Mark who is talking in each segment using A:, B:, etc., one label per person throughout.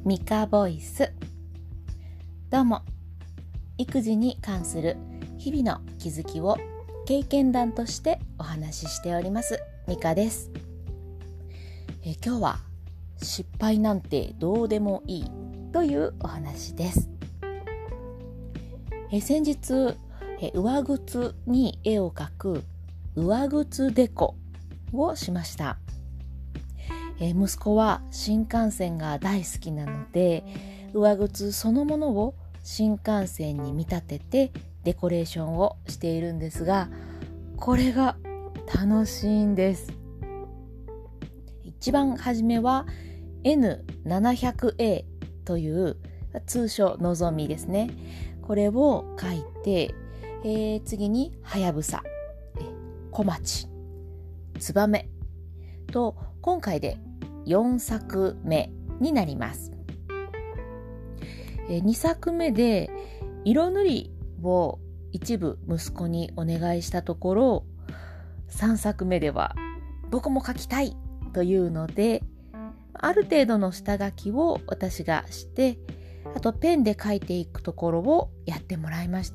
A: ミカボイス。どうも、育児に関する日々の気づきを経験談としてお話ししておりますミカです。今日は失敗なんてどうでもいいというお話です。先日上靴に絵を描く上靴デコをしました。息子は新幹線が大好きなので、上靴そのものを新幹線に見立ててデコレーションをしているんですが、これが楽しいんです。一番初めは N700A という通称のぞみですね。これを書いて、次にはやぶさ、こまち、つばめと今回で4作目になります。2作目で色塗りを一部息子にお願いしたところ、3作目では僕も描きたいというので、ある程度の下書きを私がして、あとペンで描いていくところをやってもらいました。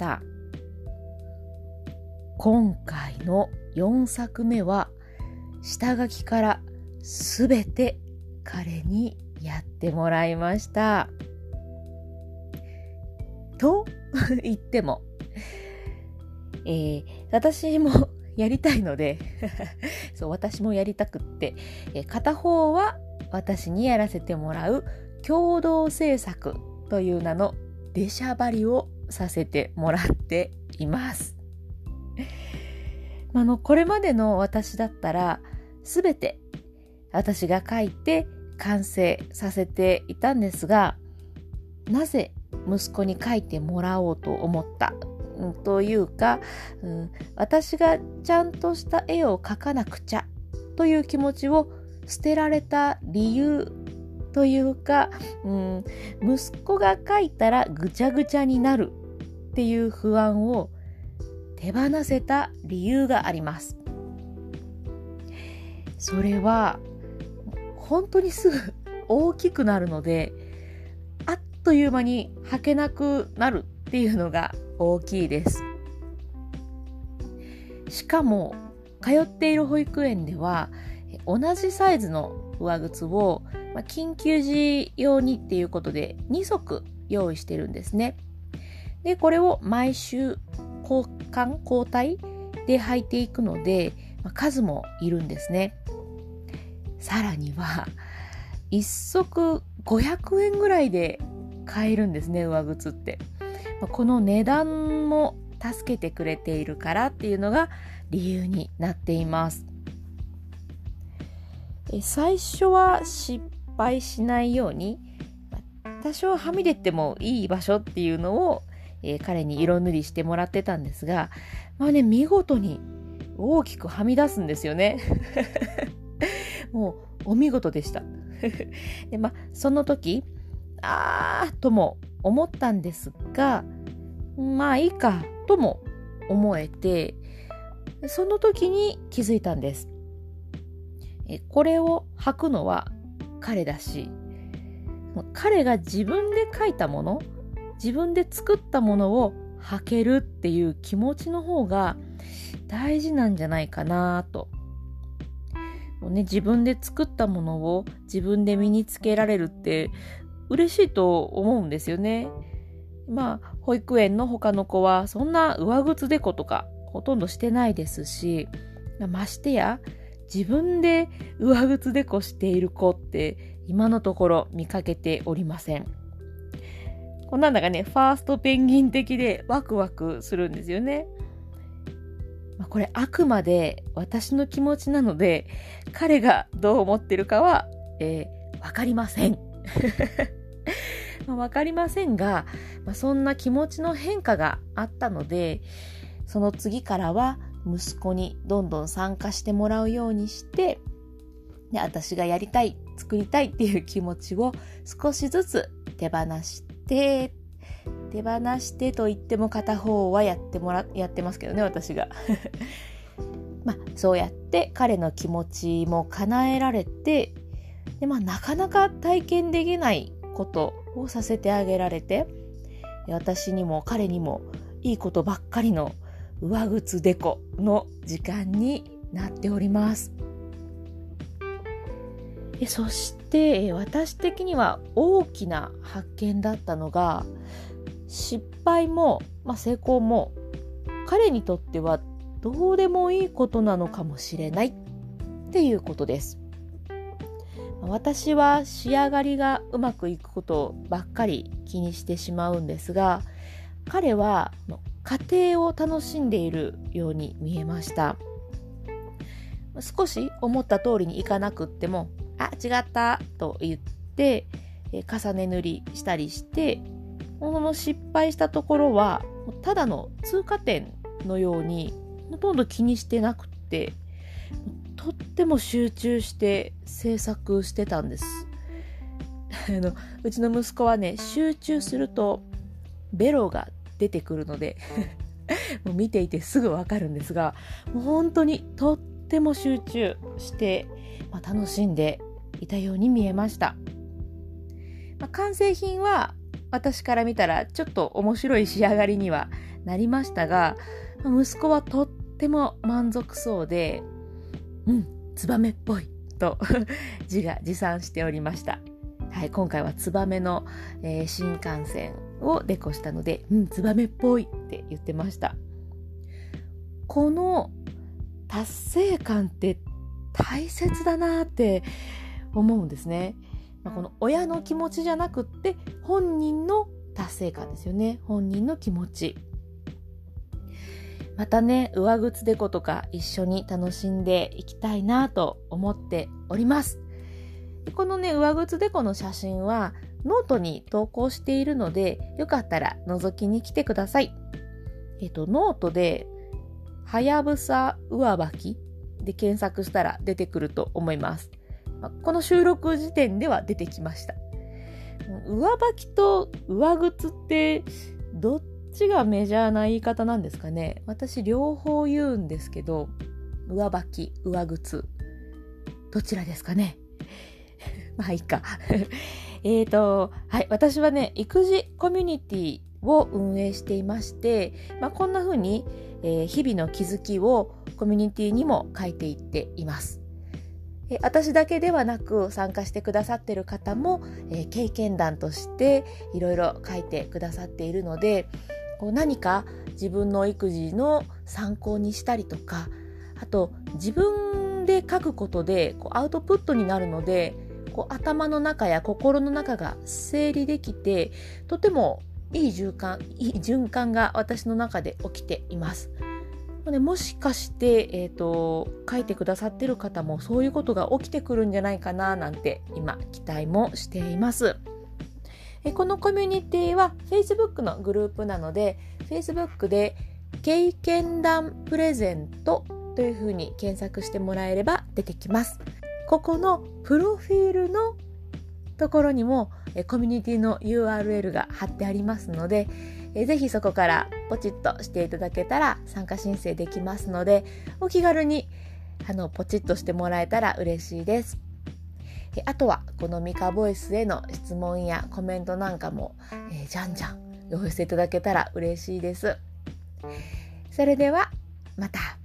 A: 今回の4作目は下書きからすべて彼にやってもらいました。と言っても、私もやりたいのでそう、私もやりたくって、片方は私にやらせてもらう共同制作という名の出しゃばりをさせてもらっています。これまでの私だったらすべて私が書いて完成させていたんですが、なぜ息子に書いてもらおうと思ったというか、私がちゃんとした絵を描かなくちゃという気持ちを捨てられた理由というか、息子が描いたらぐちゃぐちゃになるっていう不安を手放せた理由があります。それは本当にすぐ大きくなるので、あっという間に履けなくなるっていうのが大きいです。しかも通っている保育園では同じサイズの上靴を緊急時用にっていうことで2足用意してるんですね。で、これを毎週交代で履いていくので、数もいるんですね。さらには1足500円ぐらいで買えるんですね、上靴って。この値段も助けてくれているからっていうのが理由になっています。最初は失敗しないように、多少はみ出てもいい場所っていうのを、彼に色塗りしてもらってたんですが、見事に大きくはみ出すんですよね。もうお見事でした。で、その時とも思ったんですが、いいかとも思えて、その時に気づいたんです。これを履くのは彼だし、彼が自分で描いたもの、自分で作ったものを履けるっていう気持ちの方が大事なんじゃないかなと。自分で作ったものを自分で身につけられるって嬉しいと思うんですよね。保育園の他の子はそんな上靴デコとかほとんどしてないですし、ましてや自分で上靴デコしている子って今のところ見かけておりません。なんだかね、ファーストペンギン的でワクワクするんですよね。これあくまで私の気持ちなので、彼がどう思ってるかは、わかりません。わかりませんが、そんな気持ちの変化があったので、その次からは息子にどんどん参加してもらうようにして、で、私がやりたい、作りたいっていう気持ちを少しずつ手放してと言っても片方はやってますけどね、私が。そうやって彼の気持ちも叶えられて、で、なかなか体験できないことをさせてあげられて、私にも彼にもいいことばっかりの上靴デコの時間になっております。そして私的には大きな発見だったのが、失敗も、成功も彼にとってはどうでもいいことなのかもしれないっていうことです。私は仕上がりがうまくいくことばっかり気にしてしまうんですが、彼は過程を楽しんでいるように見えました。少し思った通りにいかなくっても、違ったと言って重ね塗りしたりして、この失敗したところはただの通過点のようにほとんど気にしてなくって、とっても集中して制作してたんです。うちの息子はね、集中するとベロが出てくるのでもう見ていてすぐわかるんですが、もう本当にとっても集中して、楽しんでいたように見えました。完成品は私から見たらちょっと面白い仕上がりにはなりましたが、息子はとっても満足そうで、ツバメっぽいと自賛しておりました。はい、今回はツバメの、新幹線をデコしたので、ツバメっぽいって言ってました。この達成感って大切だなって思うんですね。この親の気持ちじゃなくって本人の達成感ですよね。本人の気持ち。またね、上靴デコとか一緒に楽しんでいきたいなと思っております。このね、上靴デコの写真はノートに投稿しているので、よかったら覗きに来てください。ノートではやぶさ上履きで検索したら出てくると思います。この収録時点では出てきました。上履きと上靴ってどっちがメジャーな言い方なんですかね。私両方言うんですけど、上履き、上靴、どちらですかね。いいか。はい、私はね、育児コミュニティを運営していまして、こんな風に、日々の気づきをコミュニティにも書いていっています。私だけではなく参加してくださっている方も、経験談としていろいろ書いてくださっているので、何か自分の育児の参考にしたりとか、あと自分で書くことでアウトプットになるので、頭の中や心の中が整理できて、とてもいい循環が私の中で起きています。もしかして、書いてくださっている方もそういうことが起きてくるんじゃないかななんて今期待もしています。このコミュニティは Facebook のグループなので、 Facebook で経験談プレゼントというふうに検索してもらえれば出てきます。ここのプロフィールのところにもコミュニティの URL が貼ってありますので、ぜひそこからポチッとしていただけたら参加申請できますので、お気軽にポチッとしてもらえたら嬉しいです。あとはこのミカボイスへの質問やコメントなんかも、じゃんじゃんお寄せいただけたら嬉しいです。それではまた。